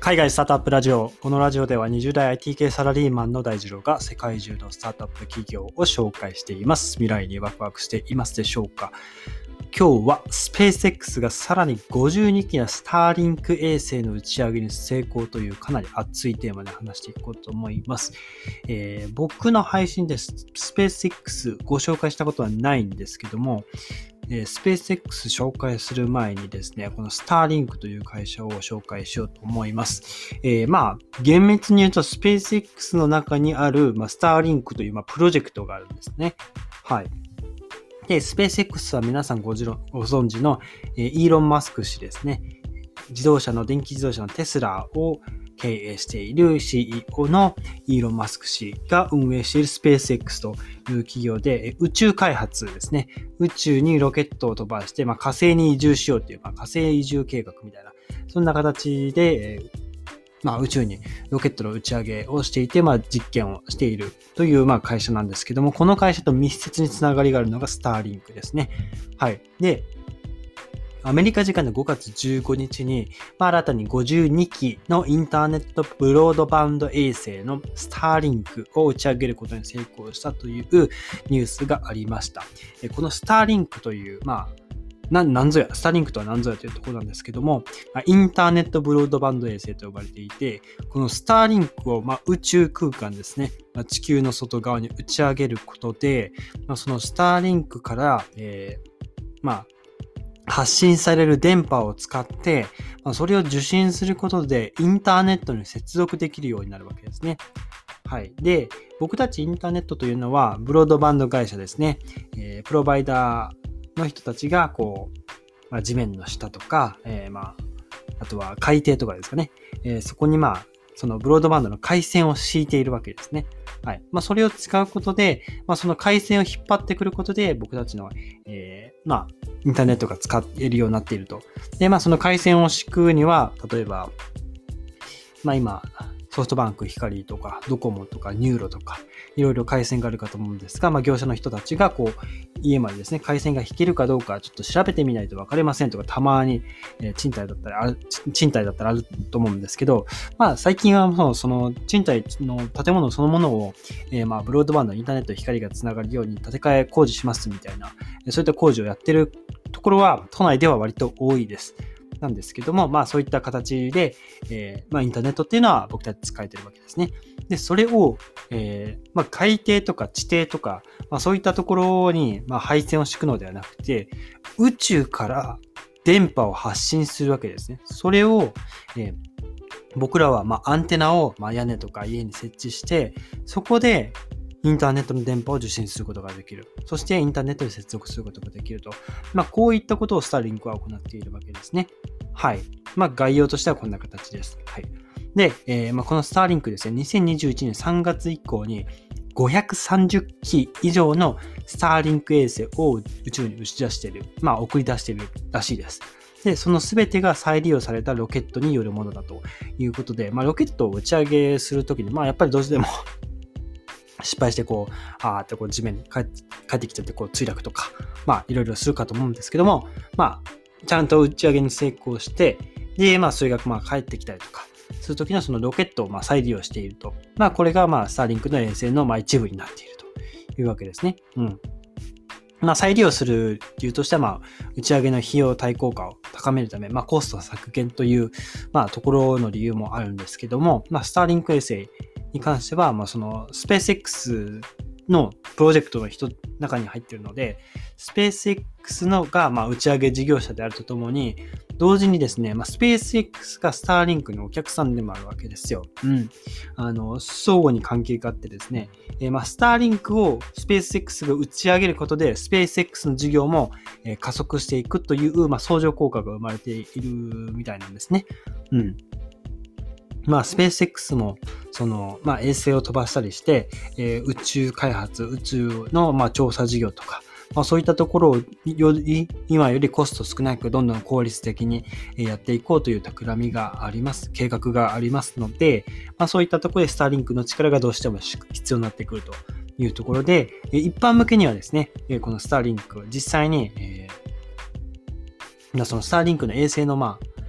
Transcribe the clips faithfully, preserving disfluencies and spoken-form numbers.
海外スタートアップラジオ。このラジオではにじゅう代 アイティー 系サラリーマンの大二郎が世界中のスタートアップ企業を紹介しています。未来にワクワクしていますでしょうか。今日はスペース X がさらにごじゅうにきのスターリンク衛星の打ち上げに成功というかなり熱いテーマで話していこうと思います。えー、僕の配信でスペース X ご紹介したことはないんですけども、スペース X 紹介する前にですね、このスターリンクという会社を紹介しようと思います。えー、まあ、厳密に言うとスペース X の中にある、まあ、スターリンクという、まあ、プロジェクトがあるんですね。はい。で、スペース X は皆さんごじろご存知の、えー、イーロン・マスク氏ですね。自動車の、電気自動車のテスラを経営している シーイーオー のイーロン・マスク氏が運営しているスペース X という企業で宇宙開発ですね。宇宙にロケットを飛ばして、まあ、火星に移住しようという、まあ、火星移住計画みたいな、そんな形で、まあ、宇宙にロケットの打ち上げをしていて、まあ、実験をしているという、まあ、会社なんですけども、この会社と密接につながりがあるのがスターリンクですね。はい。で、アメリカ時間のごがつじゅうごにちに、まあ、新たにごじゅうにきのインターネットブロードバンド衛星のスターリンクを打ち上げることに成功したというニュースがありました。このスターリンクという、まあ、な、なんぞや、スターリンクとは何ぞやというところなんですけども、インターネットブロードバンド衛星と呼ばれていて、このスターリンクを、まあ、宇宙空間ですね、まあ、地球の外側に打ち上げることで、まあ、そのスターリンクから、えー、まあ、発信される電波を使って、まあ、それを受信することでインターネットに接続できるようになるわけですね。はい。で、僕たちインターネットというのはブロードバンド会社ですね。えー、プロバイダーの人たちがこう、まあ、地面の下とか、えー、まあ、あとは海底とかですかね。えー、そこにまあ、そのブロードバンドの回線を敷いているわけですね。はい。まあ、それを使うことで、まあ、その回線を引っ張ってくることで、僕たちの、えー、まあ、インターネットが使えるようになっていると。で、まあ、その回線を敷くには、例えば、まあ、今、ソフトバンク、ヒカリとか、ドコモとか、ニューロとか、いろいろ回線があるかと思うんですが、まあ、業者の人たちが、こう、家までですね、回線が引けるかどうか、ちょっと調べてみないと分かりませんとか、たまに、えー、賃貸だったらある、賃貸だったらあると思うんですけど、まあ、最近はもう、その、賃貸の建物そのものを、えー、まあ、ブロードバンド、インターネット、光がつながるように建て替え工事しますみたいな、そういった工事をやってるところは、都内では割と多いです。なんですけども、まあそういった形で、えー、まあインターネットっていうのは僕たち使えてるわけですね。で、それを、えー、まあ海底とか地底とか、まあそういったところに、まあ配線を敷くのではなくて、宇宙から電波を発信するわけですね。それを、えー、僕らはまあアンテナをまあ屋根とか家に設置して、そこでインターネットの電波を受信することができる。そしてインターネットに接続することができると。まあ、こういったことをスターリンクは行っているわけですね。はい。まあ、概要としてはこんな形です。はい。で、えー、まあ、このスターリンクですね、にせんにじゅういちねんさんがつ以降にごひゃくさんじゅっき以上のスターリンク衛星を宇宙に打ち出している。まあ、送り出しているらしいです。で、そのすべてが再利用されたロケットによるものだということで、まあ、ロケットを打ち上げするときに、まあ、やっぱりどうしても失敗してこう、あーってこう地面に帰って帰ってきちゃってこう墜落とか、まあいろいろするかと思うんですけども、まあちゃんと打ち上げに成功して、で、まあそれがまあ帰ってきたりとか、するときのそのロケットをまあ再利用していると。まあこれがまあスターリンクの衛星のまあ一部になっているというわけですね。うん。まあ再利用する理由としては、まあ打ち上げの費用対効果を高めるため、まあコスト削減という、まあところの理由もあるんですけども、まあスターリンク衛星に関しては、まあ、そのスペース X のプロジェクトの人中に入っているので、スペース X のがまあ打ち上げ事業者であるとともに、同時にですね、まあ、スペース X がスターリンクのお客さんでもあるわけですよ。うん。あの、相互に関係があってですね、えー、まあ、スターリンクをスペース X が打ち上げることで、スペース X の事業も、えー、加速していくという、まあ、相乗効果が生まれているみたいなんですね。うん。まあ、スペース X も、その、まあ、衛星を飛ばしたりして、えー、宇宙開発、宇宙の、まあ、調査事業とか、まあ、そういったところをより、今よりコスト少なく、どんどん効率的にやっていこうという企みがあります、計画がありますので、まあ、そういったところでスターリンクの力がどうしても必要になってくるというところで、一般向けにはですね、このスターリンク、実際に、えー、そのスターリンクの衛星の、まあ、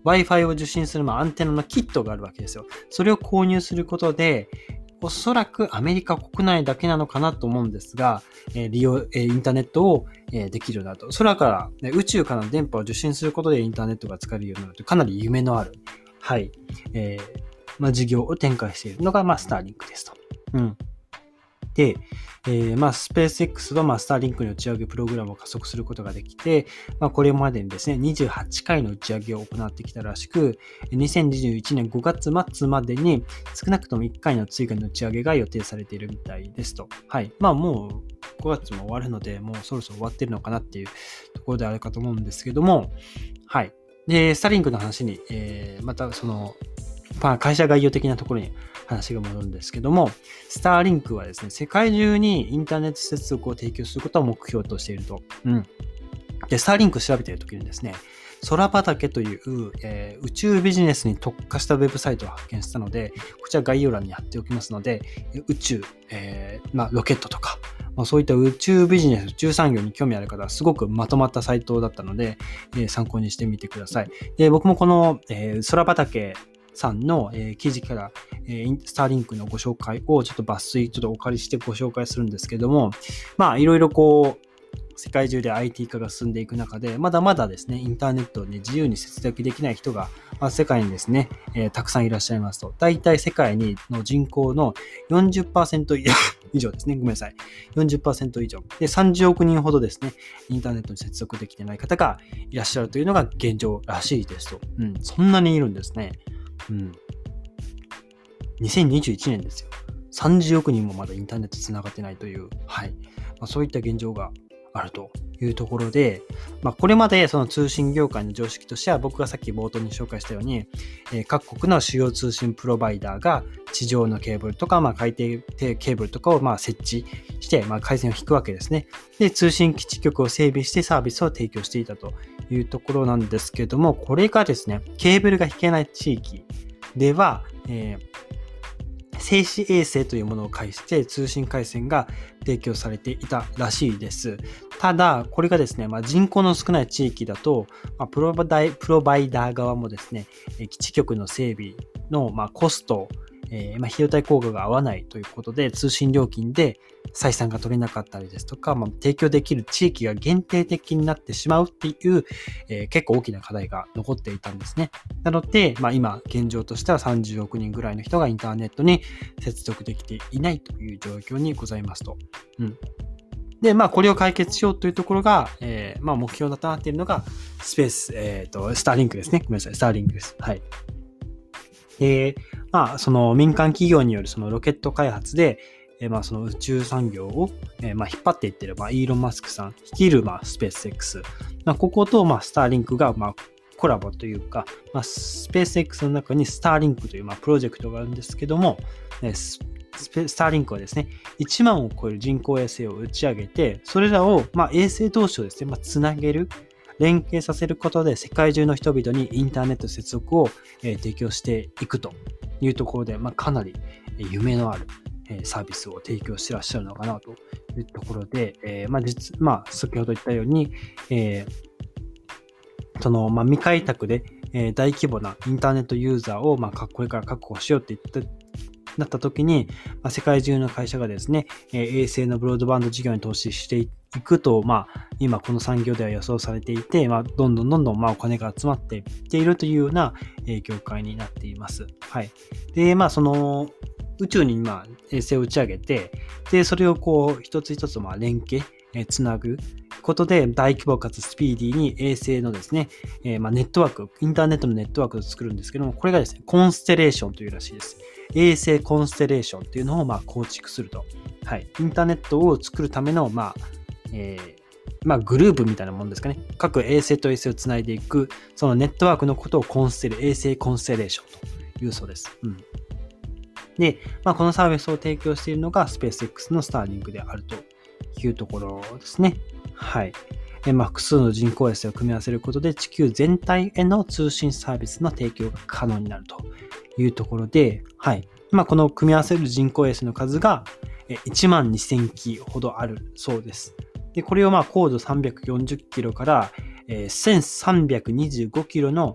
Wi-Fi を受信する、まあ、アンテナのキットがあるわけですよ。それを購入することで、おそらくアメリカ国内だけなのかなと思うんですが、えー、利用、えー、インターネットを、えー、できるようになると。空から、ね、宇宙からの電波を受信することでインターネットが使えるようになると、かなり夢のある、はい、えー、まあ、事業を展開しているのが、まあ、スターリンクですと。うん。で、えー、まあ、スペース X の、まあ、スターリンクの打ち上げプログラムを加速することができて、まあ、これまでにですね、にじゅうはちかいの打ち上げを行ってきたらしく、にせんにじゅういちねんごがつ末までに少なくともいっかいの追加の打ち上げが予定されているみたいですと。はい。まあ、もうごがつも終わるので、もうそろそろ終わってるのかなっていうところであるかと思うんですけども、はい。で、スターリンクの話に、えー、またその、まあ、会社概要的なところに話が戻るんですけども、スターリンクはですね、世界中にインターネット接続を提供することを目標としていると。うん。で、スターリンク調べているときにですね、空畑という、えー、宇宙ビジネスに特化したウェブサイトを発見したので、こちら概要欄に貼っておきますので、宇宙、えー、まあ、ロケットとか、まあ、そういった宇宙ビジネス、宇宙産業に興味ある方はすごくまとまったサイトだったので、えー、参考にしてみてください。で、僕もこの、えー、空畑さんの、えー、記事から、えー、スターリンクのご紹介をちょっと抜粋、ちょっとお借りしてご紹介するんですけども、まあ、いろいろこう、世界中で アイティー 化が進んでいく中で、まだまだですね、インターネットで自由に接続できない人が、まあ、世界にですね、えー、たくさんいらっしゃいますと。大体世界にの人口の よんじゅっパーセント 以上ですね。ごめんなさい。よんじゅっパーセント 以上。で、さんじゅうおくにんほどですね、インターネットに接続できてない方がいらっしゃるというのが現状らしいですと。うん、そんなにいるんですね。うん。にせんにじゅういちねんですよ。さんじゅうおくにんもまだインターネットつながってないという、はい。まあ、そういった現状があるというところで、まあ、これまでその通信業界の常識としては、僕がさっき冒頭に紹介したように、えー、各国の主要通信プロバイダーが地上のケーブルとか、まあ、海底ケーブルとかをまあ設置して、まあ、回線を引くわけですね。で、通信基地局を整備してサービスを提供していたというところなんですけども、これがですね、ケーブルが引けない地域では、えー静止衛星というものを介して通信回線が提供されていたらしいです。ただ、これがですね、まあ、人口の少ない地域だと、まあ、プロバダイ、プロバイダー側もですね、基地局の整備の、まあ、コスト、えーまあ、費用対効果が合わないということで、通信料金で採算が取れなかったりですとか、まあ、提供できる地域が限定的になってしまうっていう、えー、結構大きな課題が残っていたんですね。なので、まあ、今現状としてはさんじゅうおくにんぐらいの人がインターネットに接続できていないという状況にございますと。うん。で、まあ、これを解決しようというところが、えー、まあ、目標となっているのが、スペース、えっと、スターリンクですね。ごめんなさい、スターリンクです。はい。で、まあ、その民間企業によるそのロケット開発で、えー、まあ、その宇宙産業を、えー、まあ、引っ張っていっている、まあ、イーロン・マスクさん率いる、まあ、スペース X。まあ、ここと、まあ、スターリンクが、まあ、コラボというか、まあ、スペース X の中にスターリンクという、まあ、プロジェクトがあるんですけども、ススターリンクはですね、いちまんを超える人工衛星を打ち上げて、それらを、まあ、衛星同士をですね、まあ、つなげる、連携させることで世界中の人々にインターネット接続を、えー、提供していくというところで、まあ、かなり夢のある、えー、サービスを提供してらっしゃるのかなというところで、えーまあ実まあ、先ほど言ったように、えーそのまあ、未開拓で、えー、大規模なインターネットユーザーを、まあ、これから確保しようって言ってなった時に、まあ、世界中の会社がですね、えー、衛星のブロードバンド事業に投資していくと、まあ、今この産業では予想されていて、まあ、どんどんどんどん、まあ、お金が集まっていっているというような、えー、業界になっています。はい。で、まあ、その、宇宙に、まあ、衛星を打ち上げて、で、それをこう、一つ一つ、まあ、連携、えー、つなぐことで、大規模かつスピーディーに衛星のですね、えー、まあ、ネットワーク、インターネットのネットワークを作るんですけども、これがですね、コンステレーションというらしいです。衛星コンステレーションっていうのをまあ構築すると。はい。インターネットを作るための、まあ、えー、まあ、グループみたいなもんですかね。各衛星と衛星をつないでいく、そのネットワークのことをコンステレ、衛星コンステレーションというそうです。うん。で、まあ、このサービスを提供しているのがスペース X のスターリンクであるというところですね。はい。えまあ、複数の人工衛星を組み合わせることで地球全体への通信サービスの提供が可能になるというところで、はい。まあ、この組み合わせる人工衛星の数がいちまんにせんきほどあるそうです。で、これをまあ高度さんびゃくよんじゅっキロからせんさんびゃくにじゅうごキロの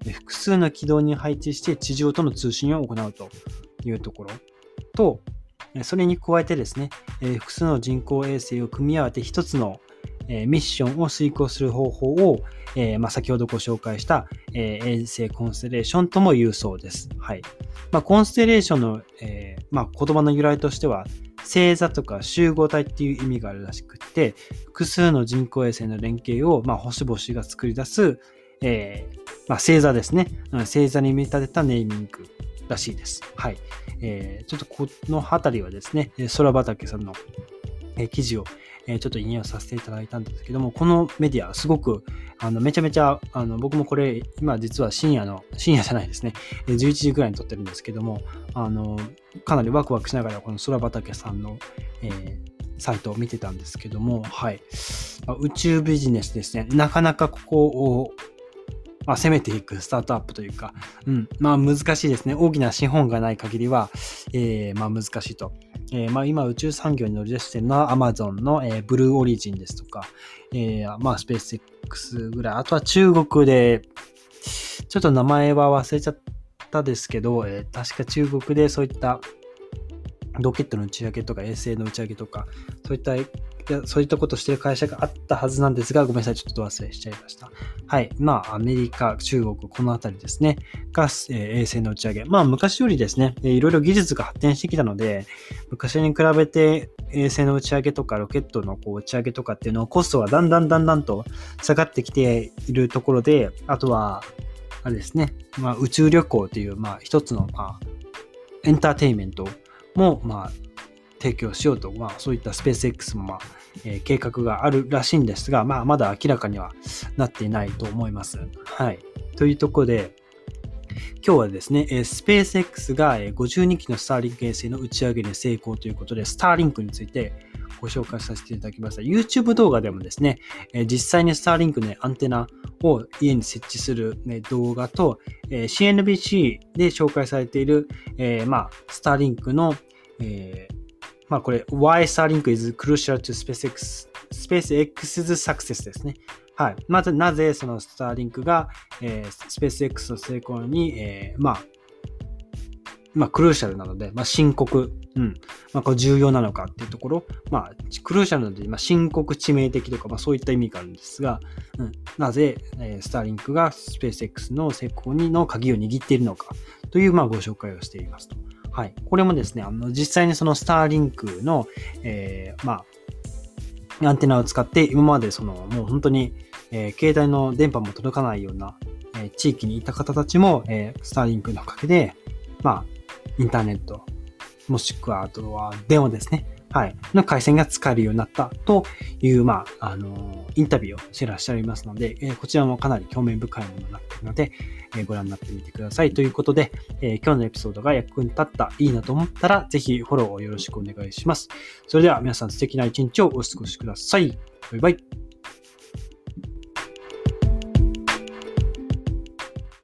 複数の軌道に配置して地上との通信を行うというところと、それに加えてですね、複数の人工衛星を組み合わせて一つのミッションを遂行する方法を、まあ、先ほどご紹介した衛星コンステレーションとも言うそうです。はい。まあ、コンステレーションの、えーまあ、言葉の由来としては、星座とか集合体っていう意味があるらしくて、複数の人工衛星の連携を、まあ、星々が作り出す、えーまあ、星座ですね。星座に見立てたネーミングらしいです。はい。えー、ちょっとこのあたりはですね、空畑さんの記事をちょっと引用させていただいたんですけども、このメディアすごくあのめちゃめちゃあの僕もこれ今実は深夜の深夜じゃないですね、じゅういちじぐらいに撮ってるんですけども、あのかなりワクワクしながらこの空畑さんの、えー、サイトを見てたんですけども、はい、宇宙ビジネスですね、なかなかここをまあ、攻めていくスタートアップというか、うん、まあ難しいですね。大きな資本がない限りは、えー、まあ難しいと。えー、まあ今宇宙産業に乗り出しているのは Amazon の、えー、ブルーオリジンですとか、えー、まあスペース X ぐらい、あとは中国で、ちょっと名前は忘れちゃったですけど、えー、確か中国でそういったロケットの打ち上げとか衛星の打ち上げとか、そういったそういったことをしている会社があったはずなんですが、ごめんなさい、ちょっと忘れしちゃいました。はい。まあ、アメリカ、中国、このあたりですね、が、えー、衛星の打ち上げ。まあ、昔よりですね、いろいろ技術が発展してきたので、昔に比べて衛星の打ち上げとか、ロケットのこう打ち上げとかっていうのコストがだんだんだんだんと下がってきているところで、あとは、あれですね、まあ、宇宙旅行という、まあ、一つの、まあ、エンターテインメントも、まあ、提供しようと、まあ、そういったスペース X も、まあえー、計画があるらしいんですが、まあ、まだ明らかにはなっていないと思います。はい。というところで、今日はですね、スペース X がごじゅうにきのスターリンク衛星の打ち上げに成功ということで、スターリンクについてご紹介させていただきました。YouTube 動画でもですね、実際にスターリンクのアンテナを家に設置する動画と、シーエヌビーシー で紹介されている、まあ、スターリンクの、えーまあこれ、Why Starlink is crucial to SpaceX, SpaceX's success ですね。はい。まず、なぜそのスターリンクが、えー、SpaceX の成功に、えー、まあ、まあ、クルーシャルなので、まあ、深刻、うん。まあ、これ重要なのかっていうところ、まあ、クルーシャルなので、まあ、深刻致命的とか、まあ、そういった意味があるんですが、うん、なぜ、えー、スターリンクが SpaceX の成功にの鍵を握っているのかという、まあ、ご紹介をしていますと。はい。これもですね、あの、実際にそのスターリンクの、えー、まあ、アンテナを使って、今までその、もう本当に、えー、携帯の電波も届かないような、えー、地域にいた方たちも、えー、スターリンクのおかげで、まあ、インターネット、もしくは、あとは電話ですね。はい。の回線が使えるようになったという、まあ、あのー、インタビューをしてらっしゃいますので、えー、こちらもかなり興味深いものになっているので、えー、ご覧になってみてください。ということで、えー、今日のエピソードが役に立った、いいなと思ったら、ぜひフォローをよろしくお願いします。それでは皆さん素敵な一日をお過ごしください。バイバイ。